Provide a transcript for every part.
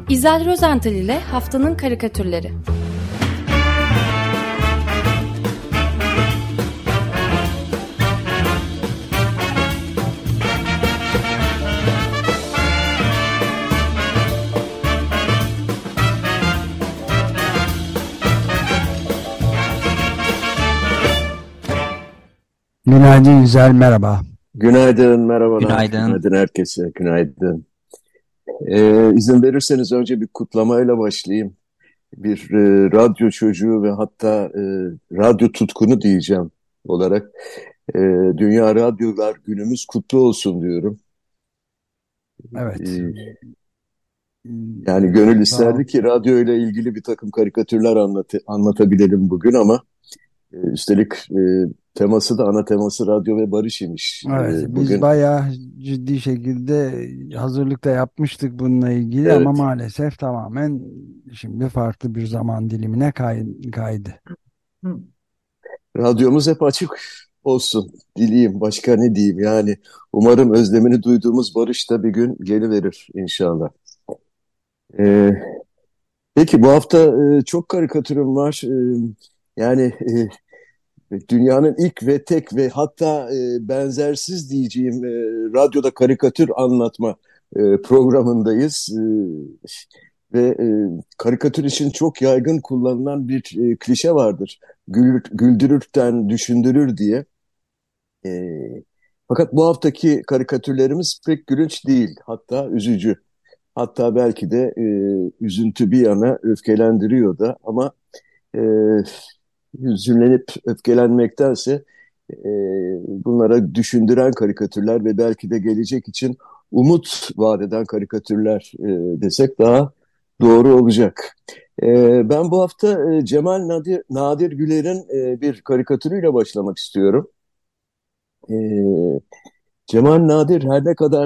İzel Rozental ile Haftanın Karikatürleri. Günaydın İzel, merhaba. Günaydın, merhabalar. Günaydın. Günaydın herkese, günaydın. İzin verirseniz önce bir kutlamayla başlayayım. Bir radyo çocuğu ve hatta radyo tutkunu diyeceğim olarak Dünya Radyolar Günümüz kutlu olsun diyorum. Evet. Yani gönül Sağ isterdi ol. ki radyo ile ilgili bir takım karikatürler anlatabilelim bugün ama üstelik teması da ana teması radyo ve barış imiş. Evet, biz Bugün bayağı ciddi şekilde hazırlık da yapmıştık bununla ilgili ama evet. maalesef tamamen şimdi farklı bir zaman dilimine kaydı. Radyomuz hep açık olsun dileyim. Başka ne diyeyim yani. Umarım özlemini duyduğumuz barış da bir gün geliverir inşallah. Ee, peki bu hafta çok karikatürüm var. Yani dünyanın ilk ve tek ve hatta benzersiz diyeceğim radyoda karikatür anlatma programındayız. Ve karikatür için çok yaygın kullanılan bir klişe vardır. Güldürürten düşündürür diye. E, fakat bu haftaki karikatürlerimiz pek gülünç değil. Hatta üzücü. Hatta belki de üzüntü bir yana öfkelendiriyor da ama e, hüzünlenip öfkelenmektense e, bunlara düşündüren karikatürler ve belki de gelecek için umut vaat eden karikatürler desek daha doğru olacak. Ben bu hafta Cemal Nadir Güler'in bir karikatürüyle başlamak istiyorum. E, Cemal Nadir her ne kadar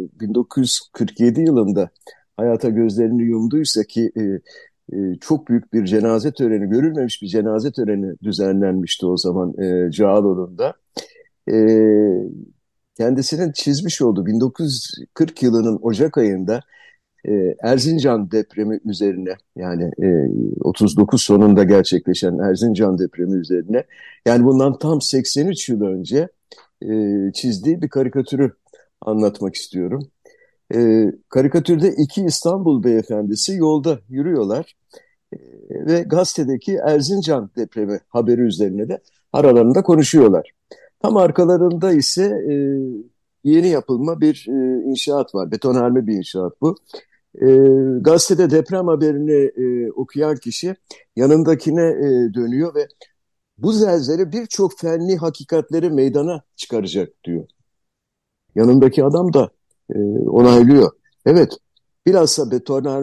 1947 yılında hayata gözlerini yumduysa ki çok büyük bir cenaze töreni, görülmemiş bir cenaze töreni düzenlenmişti o zaman Cağaloğlu'nda. E, kendisinin çizmiş olduğu 1940 yılının Ocak ayında Erzincan depremi üzerine yani 39 sonunda gerçekleşen Erzincan depremi üzerine yani bundan tam 83 yıl önce çizdiği bir karikatürü anlatmak istiyorum. Karikatürde iki İstanbul beyefendisi yolda yürüyorlar ve gazetedeki Erzincan depremi haberi üzerine de aralarında konuşuyorlar. Tam arkalarında ise yeni yapılma bir inşaat var. Betonarme bir inşaat bu. E, gazetede deprem haberini okuyan kişi yanındakine dönüyor ve bu zelzele birçok fenli hakikatleri meydana çıkaracak diyor. Yanındaki adam da onaylıyor. Evet, bilhassa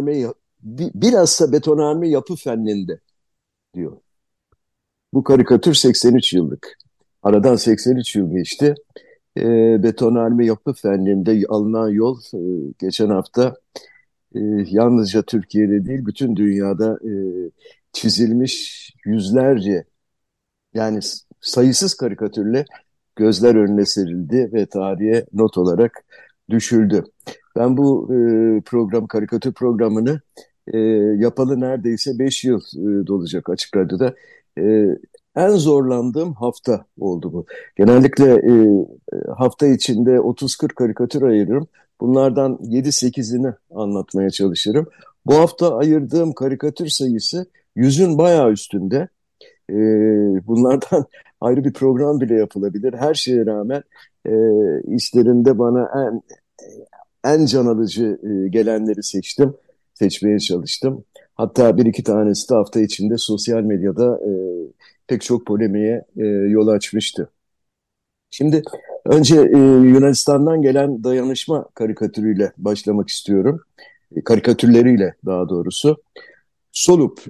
betonarme yapı fenninde diyor. Bu karikatür 83 yıllık. Aradan 83 yıl geçti. Betonarme yapı fenninde alınan yol geçen hafta yalnızca Türkiye'de değil bütün dünyada çizilmiş yüzlerce yani sayısız karikatürle gözler önüne serildi ve tarihe not olarak düşüldü. Ben bu karikatür programını yapalı neredeyse 5 yıl dolacak Açık Radyo'da. E, en zorlandığım hafta oldu bu. Genellikle hafta içinde 30-40 karikatür ayırırım. Bunlardan 7-8'ini anlatmaya çalışırım. Bu hafta ayırdığım karikatür sayısı 100'ün bayağı üstünde. E, bunlardan ayrı bir program bile yapılabilir. Her şeye rağmen e, işlerinde bana en can alıcı gelenleri seçmeye çalıştım. Hatta bir iki tanesi de hafta içinde sosyal medyada pek çok polemiğe yol açmıştı. Şimdi önce Yunanistan'dan gelen dayanışma karikatürüyle başlamak istiyorum. Karikatürleriyle daha doğrusu. Solup,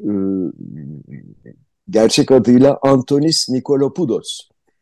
gerçek adıyla Antonis Nikolopoulos.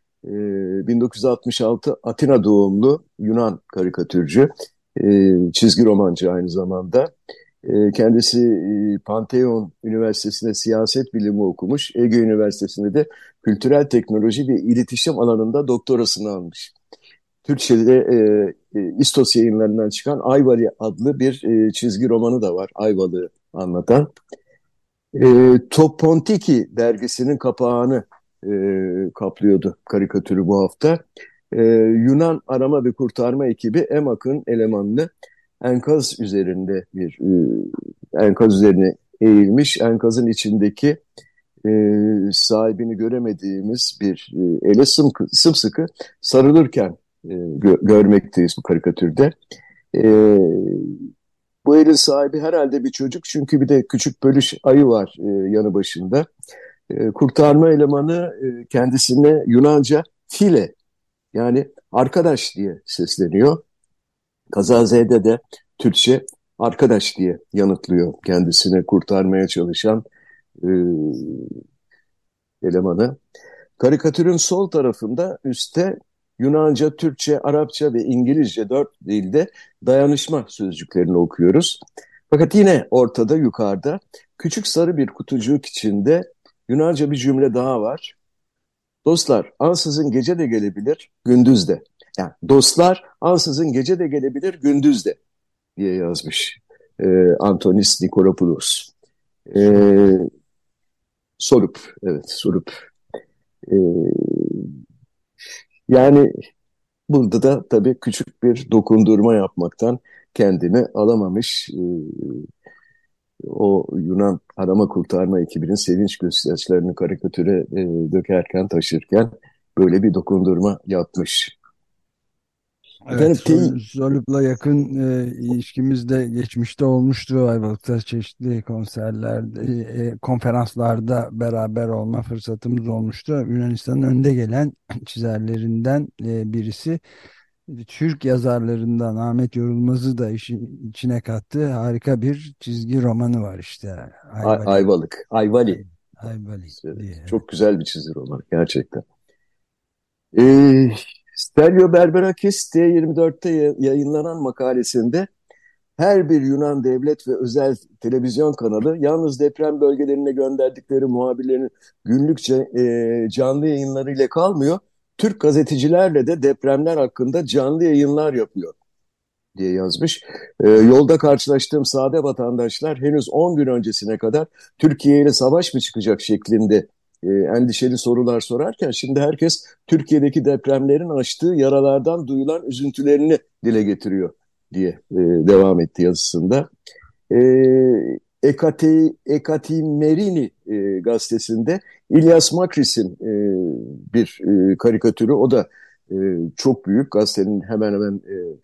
1966 Atina doğumlu Yunan karikatürcü, çizgi romancı aynı zamanda. Kendisi Pantheon Üniversitesi'nde siyaset bilimi okumuş. Ege Üniversitesi'nde de kültürel teknoloji ve iletişim alanında doktorasını almış. Türkçe'de İstos yayınlarından çıkan Ayvalı adlı bir çizgi romanı da var. Ayvalık'ı anlatan. Toppontiki dergisinin kapağını kaplıyordu karikatürü bu hafta. Yunan arama ve kurtarma ekibi EMAK'ın elemanını enkaz üzerinde enkaz üzerine eğilmiş, enkazın içindeki sahibini göremediğimiz bir ele sımsıkı sarılırken görmekteyiz bu karikatürde. E, Bu elin sahibi herhalde bir çocuk, çünkü bir de küçük bölüş ayı var yanı başında. Kurtarma elemanı kendisine Yunanca file, yani arkadaş diye sesleniyor. Kazazede de Türkçe arkadaş diye yanıtlıyor kendisine kurtarmaya çalışan e, elemanı. Karikatürün sol tarafında üstte Yunanca, Türkçe, Arapça ve İngilizce 4 dilde dayanışma sözcüklerini okuyoruz. Fakat yine ortada, yukarıda küçük sarı bir kutucuk içinde Yunanca bir cümle daha var. Dostlar ansızın gece de gelebilir, gündüz de. Yani dostlar ansızın gece de gelebilir, gündüz de diye yazmış Antonis Nikolopoulos. E, Sorup, evet Sorup. E, Yani burada da tabii küçük bir dokundurma yapmaktan kendini alamamış. O Yunan arama kurtarma ekibinin sevinç gösterilerini karikatüre dökerken, taşırken böyle bir dokundurma yapmış. Evet, Efendim, Solup'la yakın ilişkimiz de geçmişte olmuştu. Ayvalık'ta çeşitli konserlerde, konferanslarda beraber olma fırsatımız olmuştu. Yunanistan'ın önde gelen çizerlerinden birisi. Türk yazarlarından Ahmet Yorulmaz'ı da işin içine kattı. Harika bir çizgi romanı var işte. Ayvali. Ayvalık, Ayvali. Ayvali Evet, diye. Evet. çok güzel bir çizgi roman gerçekten. Ee, Stelio Berberakis T24'te yayınlanan makalesinde her bir Yunan devlet ve özel televizyon kanalı yalnız deprem bölgelerine gönderdikleri muhabirlerin günlükçe canlı yayınlarıyla kalmıyor, Türk gazetecilerle de depremler hakkında canlı yayınlar yapıyor diye yazmış. Yolda karşılaştığım sade vatandaşlar henüz 10 gün öncesine kadar Türkiye ile savaş mı çıkacak şeklinde endişeli sorular sorarken, şimdi herkes Türkiye'deki depremlerin açtığı yaralardan duyulan üzüntülerini dile getiriyor diye devam etti yazısında. Ekatimerini gazetesinde İlyas Makris'in bir karikatürü, o da çok büyük, gazetenin hemen hemen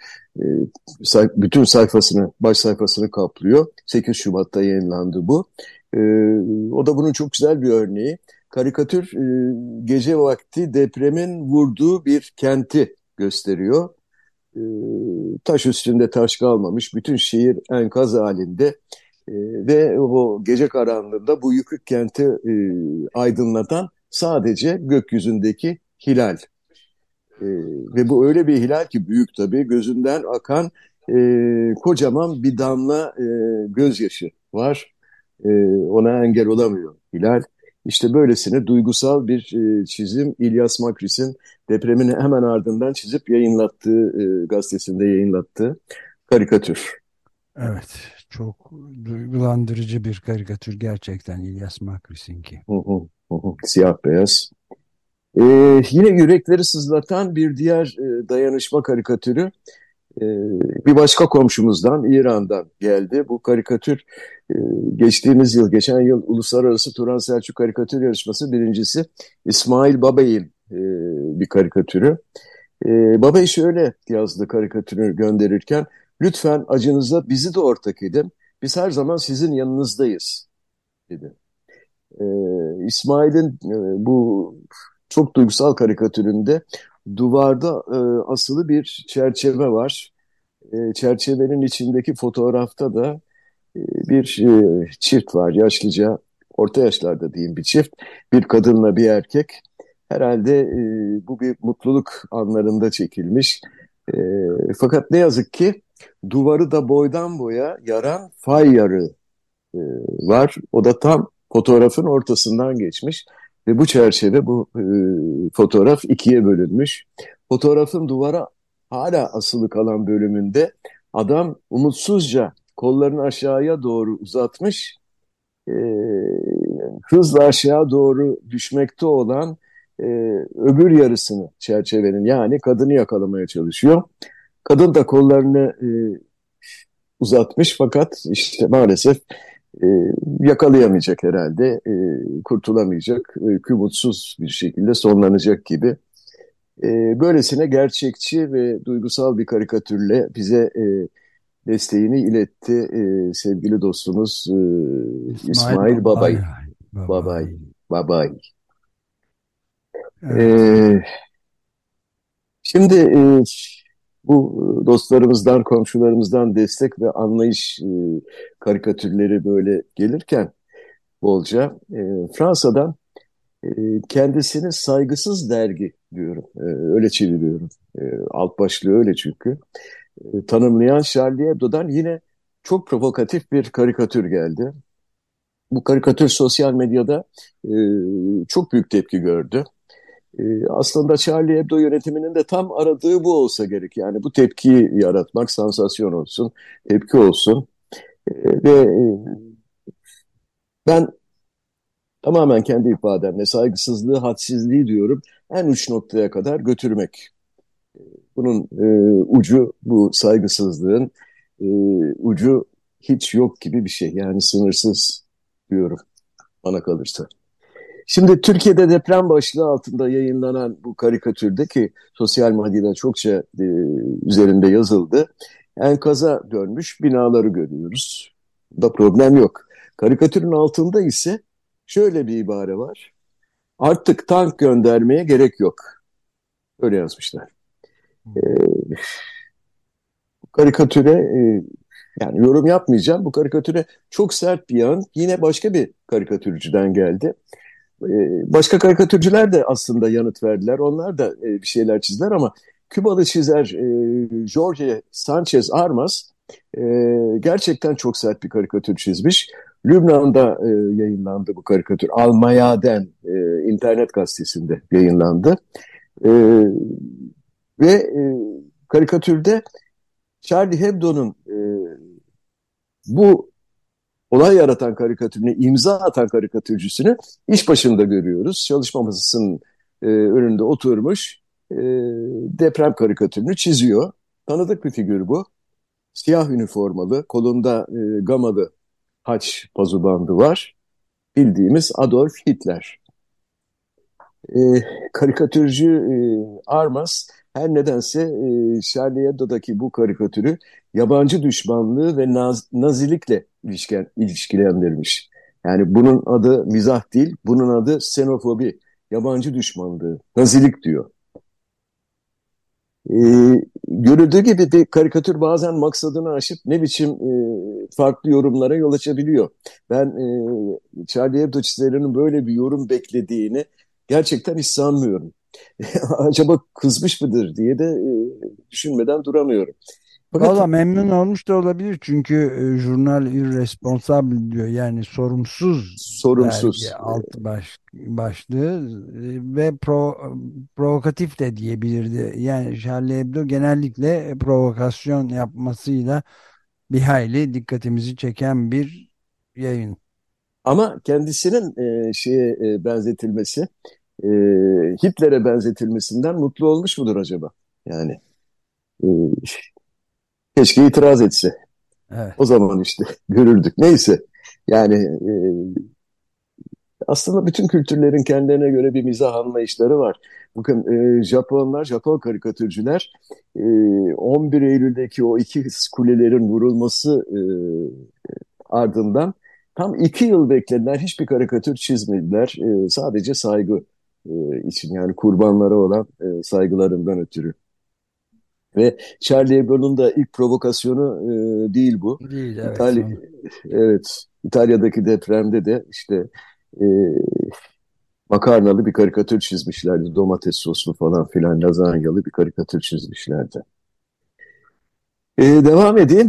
bütün sayfasını, baş sayfasını kaplıyor. 8 Şubat'ta yayınlandı bu. E, O da bunun çok güzel bir örneği. Karikatür gece vakti depremin vurduğu bir kenti gösteriyor. E, Taş üstünde taş kalmamış, bütün şehir enkaz halinde. Ve o gece karanlığında bu yıkık kenti aydınlatan sadece gökyüzündeki hilal. E, Ve bu öyle bir hilal ki, büyük tabii, gözünden akan kocaman bir damla gözyaşı var. Ona engel olamıyor hilal. İşte böylesine duygusal bir çizim İlyas Makris'in depremin hemen ardından çizip yayınlattığı, gazetesinde yayınlattığı karikatür. Evet, çok duygulandırıcı bir karikatür gerçekten İlyas Makris'inki. Hı hı, hı hı. Siyah beyaz. Yine yürekleri sızlatan bir diğer dayanışma karikatürü e, bir başka komşumuzdan, İran'dan geldi. Bu karikatür e, geçen yıl Uluslararası Turan Selçuk Karikatür Yarışması birincisi İsmail Babay'in bir karikatürü. Babay şöyle yazdı karikatürü gönderirken: lütfen acınıza bizi de ortak edin. Biz her zaman sizin yanınızdayız, dedi. İsmail'in bu çok duygusal karikatüründe duvarda asılı bir çerçeve var. Çerçevenin içindeki fotoğrafta da bir çift var. Yaşlıca, orta yaşlarda diyeyim, bir çift. Bir kadınla bir erkek. Herhalde bu bir mutluluk anlarında çekilmiş. E, Fakat ne yazık ki duvarı da boydan boya yaran fay yarığı e, var. O da tam fotoğrafın ortasından geçmiş ve bu çerçeve, bu fotoğraf ikiye bölünmüş. Fotoğrafın duvara hala asılı kalan bölümünde adam umutsuzca kollarını aşağıya doğru uzatmış, e, hızla aşağı doğru düşmekte olan e, öbür yarısını çerçevenin, yani kadını yakalamaya çalışıyor. Kadın da kollarını uzatmış, fakat işte maalesef e, yakalayamayacak herhalde, kurtulamayacak, umutsuz bir şekilde sonlanacak gibi. Böylesine gerçekçi ve duygusal bir karikatürle bize desteğini iletti sevgili dostumuz İsmail İsmail Babay. Babay. Babay, Babay. Babay. Evet. E, Şimdi bu dostlarımızdan, komşularımızdan destek ve anlayış karikatürleri böyle gelirken bolca Fransa'dan e, kendisini saygısız dergi diyorum. Öyle çeviriyorum. Alt başlığı öyle çünkü. Tanımlayan Charlie Hebdo'dan yine çok provokatif bir karikatür geldi. Bu karikatür sosyal medyada e, çok büyük tepki gördü. Aslında Charlie Hebdo yönetiminin de tam aradığı bu olsa gerek. Yani bu tepkiyi yaratmak, sansasyon olsun, tepki olsun. Ve ben tamamen kendi ifademle saygısızlığı, hadsizliği diyorum, en uç noktaya kadar götürmek. Bunun ucu, bu saygısızlığın e, ucu hiç yok gibi bir şey. Yani sınırsız diyorum bana kalırsa. Şimdi Türkiye'de deprem başlığı altında yayınlanan bu karikatürdeki sosyal medyada çokça üzerinde yazıldı. Enkaza dönmüş binaları görüyoruz. Da problem yok. Karikatürün altında ise şöyle bir ibare var. Artık tank göndermeye gerek yok. Öyle yazmışlar. E, karikatüre yani yorum yapmayacağım. Bu karikatüre çok sert bir yan yine başka bir karikatürcüden geldi. Başka karikatürcüler de aslında yanıt verdiler. Onlar da bir şeyler çizdiler ama Kübalı çizer Jorge Sanchez Armas gerçekten çok sert bir karikatür çizmiş. Lübnan'da yayınlandı bu karikatür. Almayaden internet gazetesinde yayınlandı. E, ve karikatürde Charlie Hebdo'nun bu olay yaratan karikatürüne imza atan karikatürcüsünü iş başında görüyoruz. Çalışma masasının önünde oturmuş deprem karikatürünü çiziyor. Tanıdık bir figür bu. Siyah üniformalı, kolunda gamalı haç pazubandı var. Bildiğimiz Adolf Hitler. E, karikatürcü Armas her nedense Charlie Hebdo'daki bu karikatürü yabancı düşmanlığı ve nazilikle ilişkilendirmiş. Yani bunun adı mizah değil, bunun adı xenofobi, yabancı düşmanlığı, nazilik diyor. E, görüldüğü gibi bir karikatür bazen maksadını aşıp ne biçim farklı yorumlara yol açabiliyor. Ben Charlie Hebdo çizerinin böyle bir yorum beklediğini gerçekten hiç sanmıyorum. Acaba kızmış mıdır diye de düşünmeden duramıyorum. Fakat Valla memnun olmuş da olabilir çünkü jurnal irresponsible diyor, yani sorumsuz dergi sorumsuz. başlığı ve provokatif de diyebilirdi. Yani Charlie Hebdo genellikle provokasyon yapmasıyla bir hayli dikkatimizi çeken bir yayın. Ama kendisinin şeye benzetilmesi, e, Hitler'e benzetilmesinden mutlu olmuş mudur acaba? Yani e, keşke itiraz etse. Evet. O zaman işte görürdük. Neyse. Yani aslında bütün kültürlerin kendilerine göre bir mizah anlayışları var. Bakın Japonlar, Japon karikatürcüler 11 Eylül'deki o iki kulelerin vurulması ardından tam 2 yıl beklediler. Hiçbir karikatür çizmediler. Sadece saygı için, yani kurbanlara olan saygılarından ötürü. Ve Charlie Hebdo'nun da ilk provokasyonu değil bu. Değil, evet, İtalya, son. evet, İtalya'daki depremde de işte e, makarnalı bir karikatür çizmişlerdi. Domates soslu falan filan lazanyalı bir karikatür çizmişlerdi. Devam edeyim.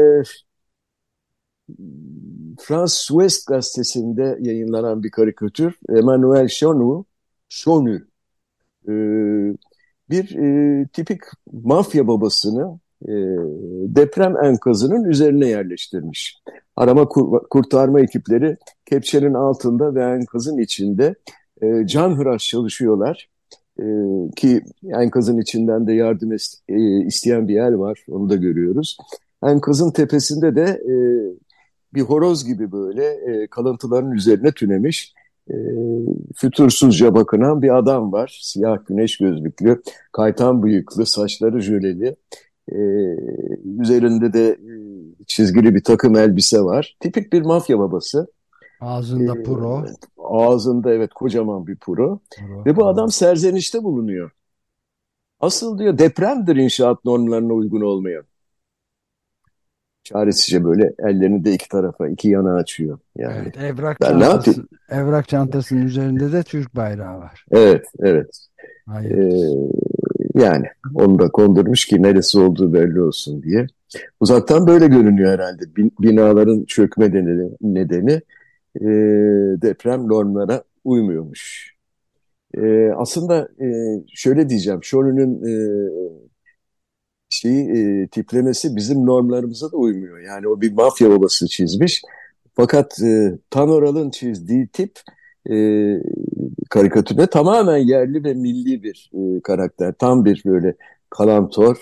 Frans Ouest gazetesinde yayınlanan bir karikatür. Emmanuel Chonu, bir tipik mafya babasını e, deprem enkazının üzerine yerleştirmiş. Kurtarma ekipleri kepçenin altında ve enkazın içinde canhıraş çalışıyorlar. E, Ki enkazın içinden de yardım isteyen bir yer var, onu da görüyoruz. Enkazın tepesinde de bir horoz gibi böyle kalıntıların üzerine tünemiş, e, fütursuzca bakınan bir adam var. Siyah güneş gözlüklü, kaytan bıyıklı, saçları jöleli. E, Üzerinde de çizgili bir takım elbise var. Tipik bir mafya babası. E, Ağzında puro. Ağzında evet kocaman bir puro. Puro, Ve bu evet. adam serzenişte bulunuyor. Asıl diyor depremdir inşaat normlarına uygun olmayan. Çaresizce böyle ellerini de iki tarafa, iki yana açıyor. Yani Evet, evrak ben ne yapayım? çantası, evrak çantasının üzerinde de Türk bayrağı var. Evet, evet. Ee, Hayırlısı. Yani onu da kondurmuş ki neresi olduğu belli olsun diye. Uzaktan böyle görünüyor herhalde. Binaların çökme nedeni e, deprem normlara uymuyormuş. Aslında şöyle diyeceğim, Şoli'nin tiplemesi bizim normlarımıza da uymuyor. Yani o bir mafya babası çizmiş. Fakat Tanoral'ın çizdiği tip e, karikatürde tamamen yerli ve milli bir karakter. Tam bir böyle kalantor,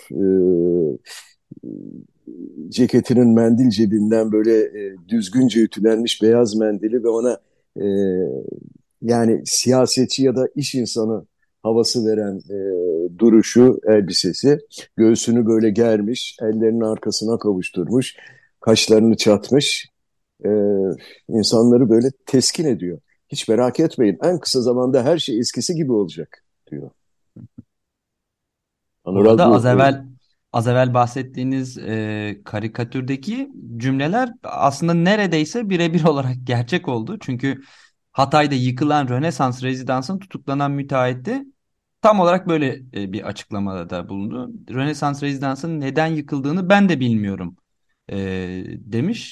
ceketinin mendil cebinden böyle düzgünce ütülenmiş beyaz mendili ve ona e, yani siyasetçi ya da iş insanı havası veren duruşu, elbisesi, göğsünü böyle germiş, ellerini arkasına kavuşturmuş, kaşlarını çatmış, e, insanları böyle teskin ediyor. Hiç merak etmeyin, en kısa zamanda her şey eskisi gibi olacak diyor. Bu Anurag arada bu. az evvel bahsettiğiniz karikatürdeki cümleler aslında neredeyse birebir olarak gerçek oldu. Çünkü Hatay'da yıkılan Rönesans rezidansın tutuklanan müteahhiti tam olarak böyle bir açıklamada bulundu. Rönesans rezidansının neden yıkıldığını ben de bilmiyorum e, demiş.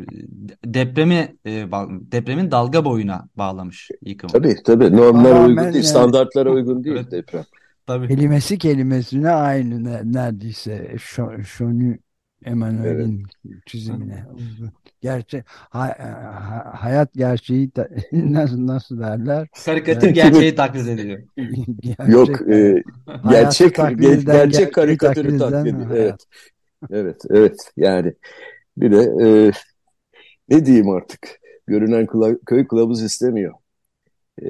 Depremin dalga boyuna bağlamış yıkımı. Tabii tabii normlara uygun Tamamen değil, standartlara uygun değil Evet, deprem. tabii. kelimesi kelimesine aynı neredeyse Şonu Evet. Emanuel'in çizimine. Gerçek hayat gerçeği nasıl derler? Karikatür Ee, Kimi gerçeği taklit ediyor. gerçek yok hayatı taklit eden gerçek gerçeği karikatürü taklit taklit eden ediyor. hayat. Evet. Evet, evet. Yani bir de ne diyeyim artık? Görünen köy kılavuz istemiyor. E,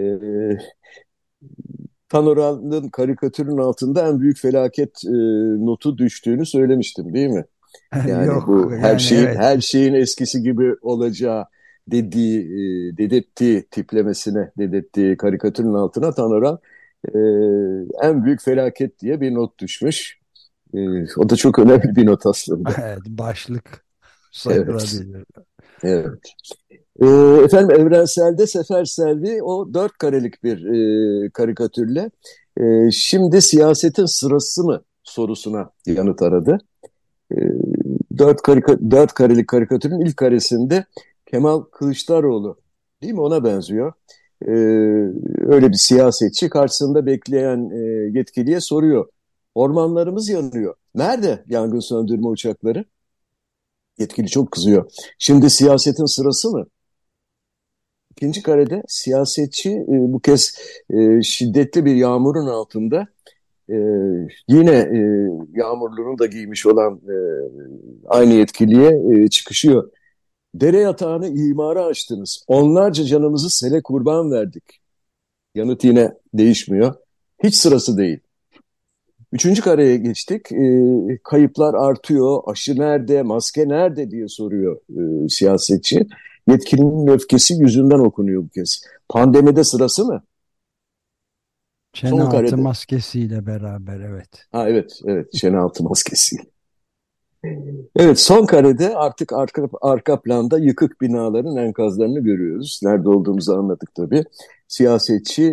Tanoral'ın karikatürün altında en büyük felaket notu düştüğünü söylemiştim, değil mi? Yani Yok bu yani evet. her şeyin eskisi gibi olacağı dedirttiği tiplemesine, dedirttiği karikatürün altına Tanoral e, en büyük felaket diye bir not düşmüş. O da çok önemli bir not aslında. Evet, başlık Evet, sayılabilir. evet. Ee, Efendim Evrensel'de Sefer Selvi o dört karelik bir karikatürle şimdi siyasetin sırası mı sorusuna yanıt aradı. E, dört karelik karikatürün ilk karesinde Kemal Kılıçdaroğlu değil mi ona benziyor. E, Öyle bir siyasetçi karşısında bekleyen yetkiliye soruyor. Ormanlarımız yanıyor. Nerede yangın söndürme uçakları? Yetkili çok kızıyor. Şimdi siyasetin sırası mı? İkinci karede siyasetçi bu kez şiddetli bir yağmurun altında e, yine yağmurluğunu da giymiş olan aynı yetkiliye çıkışıyor. Dere yatağını imara açtınız. Onlarca canımızı sele kurban verdik. Yanıt yine değişmiyor. Hiç sırası değil. Üçüncü kareye geçtik. Kayıplar artıyor. Aşı nerede, maske nerede diye soruyor siyasetçi. Yetkilinin öfkesi yüzünden okunuyor bu kez. Pandemide sırası mı? Çene Son altı karede. maskesiyle beraber evet. Ha evet, evet. Şenaltı maskesi. Evet, son karede artık arka planda yıkık binaların enkazlarını görüyoruz. Nerede olduğumuzu anladık tabii. Siyasetçi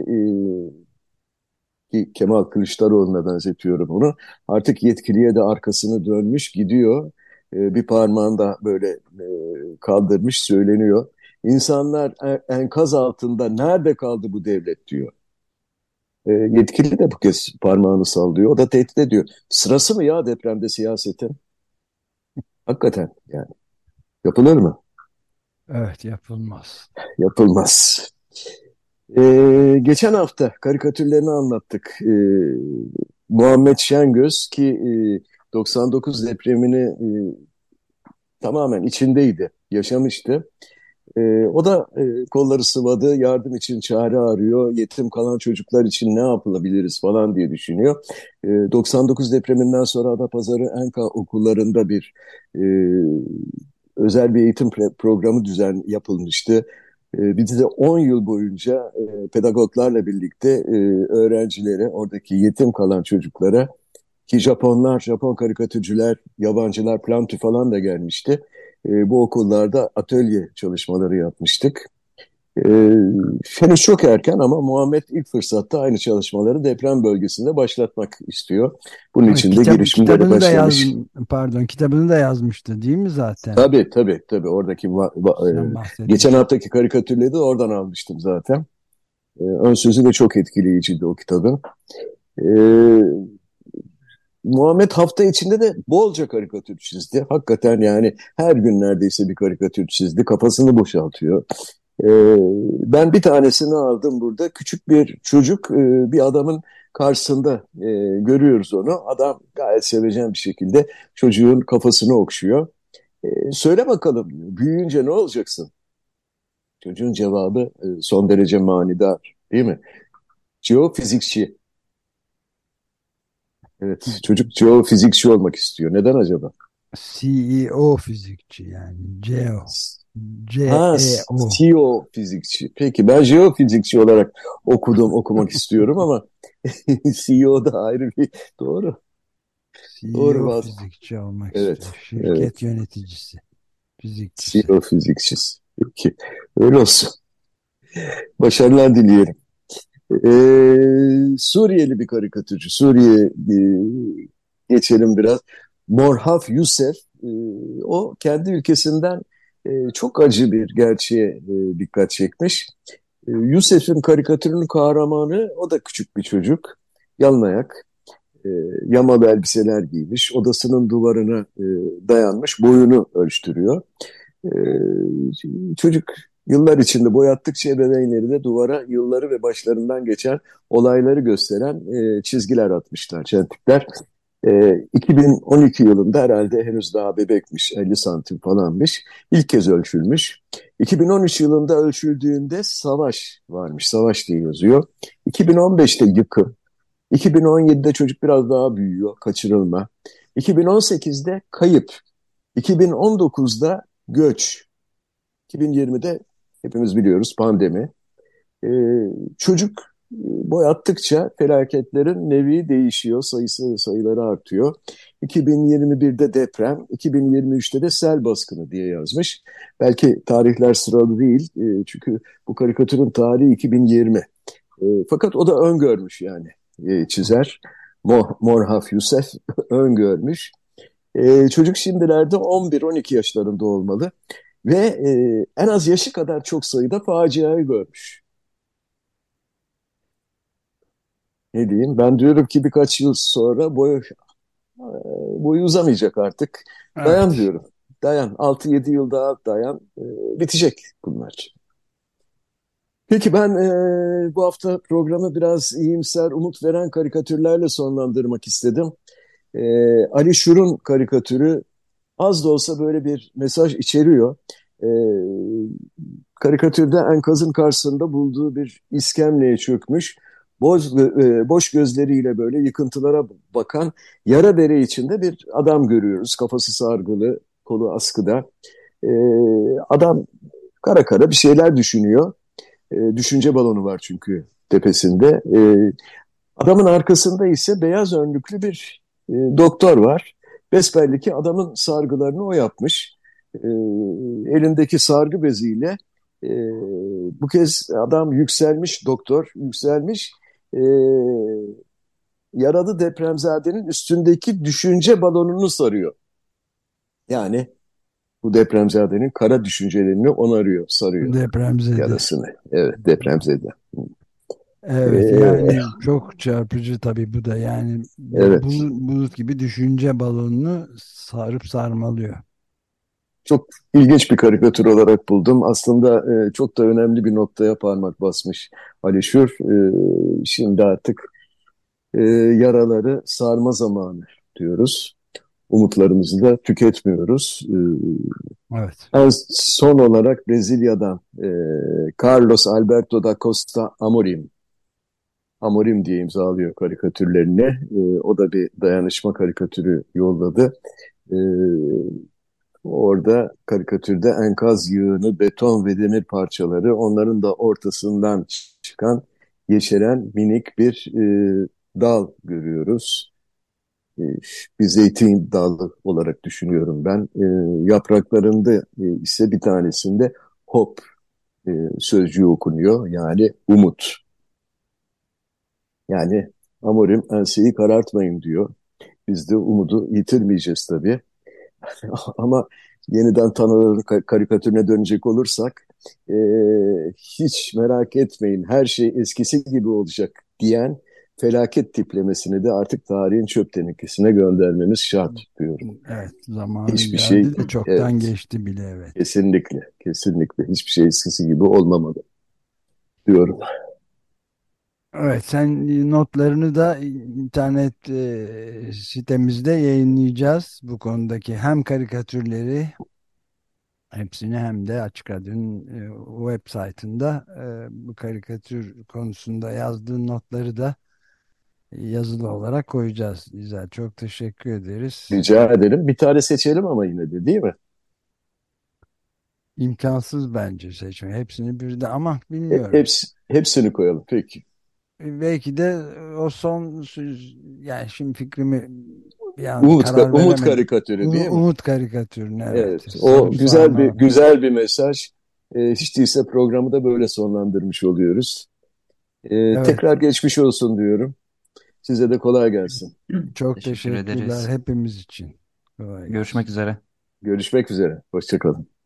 ki Kemal Kılıçdaroğlu'na benzetiyorum onu. Artık yetkiliye de arkasını dönmüş gidiyor. Bir parmağını da böyle kaldırmış söyleniyor. İnsanlar enkaz altında nerede kaldı bu devlet diyor. Yetkili de bu kez parmağını sallıyor. O da tehdit ediyor. Sırası mı ya depremde siyasetin? Hakikaten yani. Yapılır mı? Evet, yapılmaz. Yapılmaz. Geçen hafta karikatürlerini anlattık. Muhammed Şengöz ki 99 depremini tamamen içindeydi, yaşamıştı. O da kolları sıvadı, yardım için çare arıyor, yetim kalan çocuklar için ne yapılabiliriz falan diye düşünüyor. 99 depreminden sonra Adapazarı Enka okullarında bir e, özel bir eğitim programı yapılmıştı. Biz de 10 yıl boyunca pedagoglarla birlikte öğrencilere, oradaki yetim kalan çocuklara ki Japonlar, Japon karikatürcüler, yabancılar, Plantu falan da gelmişti. Bu okullarda atölye çalışmaları yapmıştık. E, Henüz çok erken ama Muhammed ilk fırsatta aynı çalışmaları deprem bölgesinde başlatmak istiyor. Bunun Evet, için de girişimlere kitabını da başlamış. kitabını da yazmıştı değil mi zaten? Tabii tabii tabii oradaki Sen geçen bahsetmiştin. haftaki karikatürleri de oradan almıştım zaten. Ön sözü de çok etkileyiciydi o kitabın. E, Muhammed hafta içinde de bolca karikatür çizdi. Hakikaten yani her gün neredeyse bir karikatür çizdi. Kafasını boşaltıyor. Ee, Ben bir tanesini aldım burada. Küçük bir çocuk bir adamın karşısında görüyoruz onu. Adam gayet sevecen bir şekilde çocuğun kafasını okşuyor. Söyle bakalım büyüyünce ne olacaksın? Çocuğun cevabı son derece manidar, değil mi? Jeofizikçi. Evet, çocuk jeofizikçi olmak istiyor. Neden acaba? CEO fizikçi, yani Ha, CEO. jeofizikçi. Peki ben jeofizikçi olarak okumak istiyorum ama CEO da ayrı bir doğru. Doğru CEO bazı. fizikçi olmak istiyor. Evet, Şirket evet. yöneticisi, fizikçisi. Jeofizikçisi. Peki. Öyle olsun. Başarılar dileyelim. Suriyeli bir karikatürcü. Geçelim biraz. Morhaf Youssef o kendi ülkesinden çok acı bir gerçeğe dikkat çekmiş. Youssef'in karikatürünün kahramanı o da küçük bir çocuk. Yalın e, yamalı elbiseler giymiş. Odasının duvarına dayanmış. Boyunu ölçtürüyor. Çocuk yıllar içinde boyattıkça ebeveynleri de duvara yılları ve başlarından geçen olayları gösteren çizgiler atmışlar, çentikler. 2012 yılında herhalde henüz daha bebekmiş, 50 santim falanmış. İlk kez ölçülmüş. 2013 yılında ölçüldüğünde savaş varmış, savaş diye yazıyor. 2015'te yıkım, 2017'de çocuk biraz daha büyüyor, kaçırılma. 2018'de kayıp, 2019'da göç, 2020'de hepimiz biliyoruz pandemi. Çocuk boyattıkça felaketlerin nevi değişiyor, sayıları artıyor. 2021'de deprem, 2023'te de sel baskını diye yazmış. Belki tarihler sıralı değil, çünkü bu karikatürün tarihi 2020. Fakat o da öngörmüş yani çizer. Morhaf Youssef öngörmüş. Çocuk şimdilerde 11-12 yaşlarında olmalı ve en az yaşı kadar çok sayıda faciayı görmüş. Ne diyeyim? Ben diyorum ki birkaç yıl sonra boyu uzamayacak artık. Dayan Evet. diyorum. Dayan. 6-7 yıl daha dayan. Bitecek bunlar. Peki ben bu hafta programı biraz iyimser, umut veren karikatürlerle sonlandırmak istedim. Ali Şur'un karikatürü az da olsa böyle bir mesaj içeriyor. E, Karikatürde enkazın karşısında bulduğu bir iskemleye çökmüş, boş gözleriyle böyle yıkıntılara bakan yara bere içinde bir adam görüyoruz. Kafası sargılı, kolu askıda. E, Adam kara kara bir şeyler düşünüyor. Düşünce balonu var çünkü tepesinde. Adamın arkasında ise beyaz önlüklü bir doktor var. Besbelli ki adamın sargılarını o yapmış. Elindeki sargı beziyle e, bu kez adam yükselmiş, doktor yükselmiş. E, Yaralı depremzadenin üstündeki düşünce balonunu sarıyor. Yani bu depremzadenin kara düşüncelerini onarıyor, sarıyor Depremzede. yarasını. Evet, depremzede. Evet, E, yani çok çarpıcı tabii bu da, yani evet. bulut gibi düşünce balonunu sarıp sarmalıyor. Çok ilginç bir karikatür olarak buldum. Aslında çok da önemli bir noktaya parmak basmış Ali Şur. Şimdi artık yaraları sarma zamanı diyoruz. Umutlarımızı da tüketmiyoruz. Evet. En son olarak Brezilya'dan Carlos Alberto da Costa Amorim. Amorim diye imzalıyor karikatürlerini. O da bir dayanışma karikatürü yolladı. E, Orada karikatürde enkaz yığını, beton ve demir parçaları, onların da ortasından çıkan yeşeren minik bir dal görüyoruz. E, Bir zeytin dalı olarak düşünüyorum ben. Yapraklarında ise bir tanesinde hop sözcüğü okunuyor. Yani umut. Yani Amorim enseyi karartmayın diyor. Biz de umudu yitirmeyeceğiz tabii. Ama yeniden Tanrı'nın karikatürüne dönecek olursak e, hiç merak etmeyin her şey eskisi gibi olacak diyen felaket tiplemesini de artık tarihin çöp tenekesine göndermemiz şart diyorum. Evet, zamanı Hiçbir şey geldi de çoktan evet geçti bile, evet. kesinlikle kesinlikle hiçbir şey eskisi gibi olmamalı diyorum. Evet, sen notlarını da internet sitemizde yayınlayacağız. Bu konudaki hem karikatürleri hepsini, hem de Açık Radyo'nun web saytında bu karikatür konusunda yazdığın notları da yazılı olarak koyacağız. Güzel, çok teşekkür ederiz. Rica ederim. Bir tane seçelim ama yine de değil mi? İmkansız bence seçmek. Hepsini bir de, ama bilmiyorum. Hepsini koyalım. Peki. Belki de o son yani şimdi fikrimi bir an karar Umut veremedim. karikatürü değil mi? Umut karikatürünü, evet. Evet, o Sarıp güzel bir sarma. güzel bir mesaj. Hiç değilse programı da böyle sonlandırmış oluyoruz. Evet. Tekrar geçmiş olsun diyorum. Size de kolay gelsin. Çok Teşekkür teşekkürler ederiz. hepimiz için. Kolay Görüşmek gelsin. üzere. Görüşmek üzere. Hoşça kalın.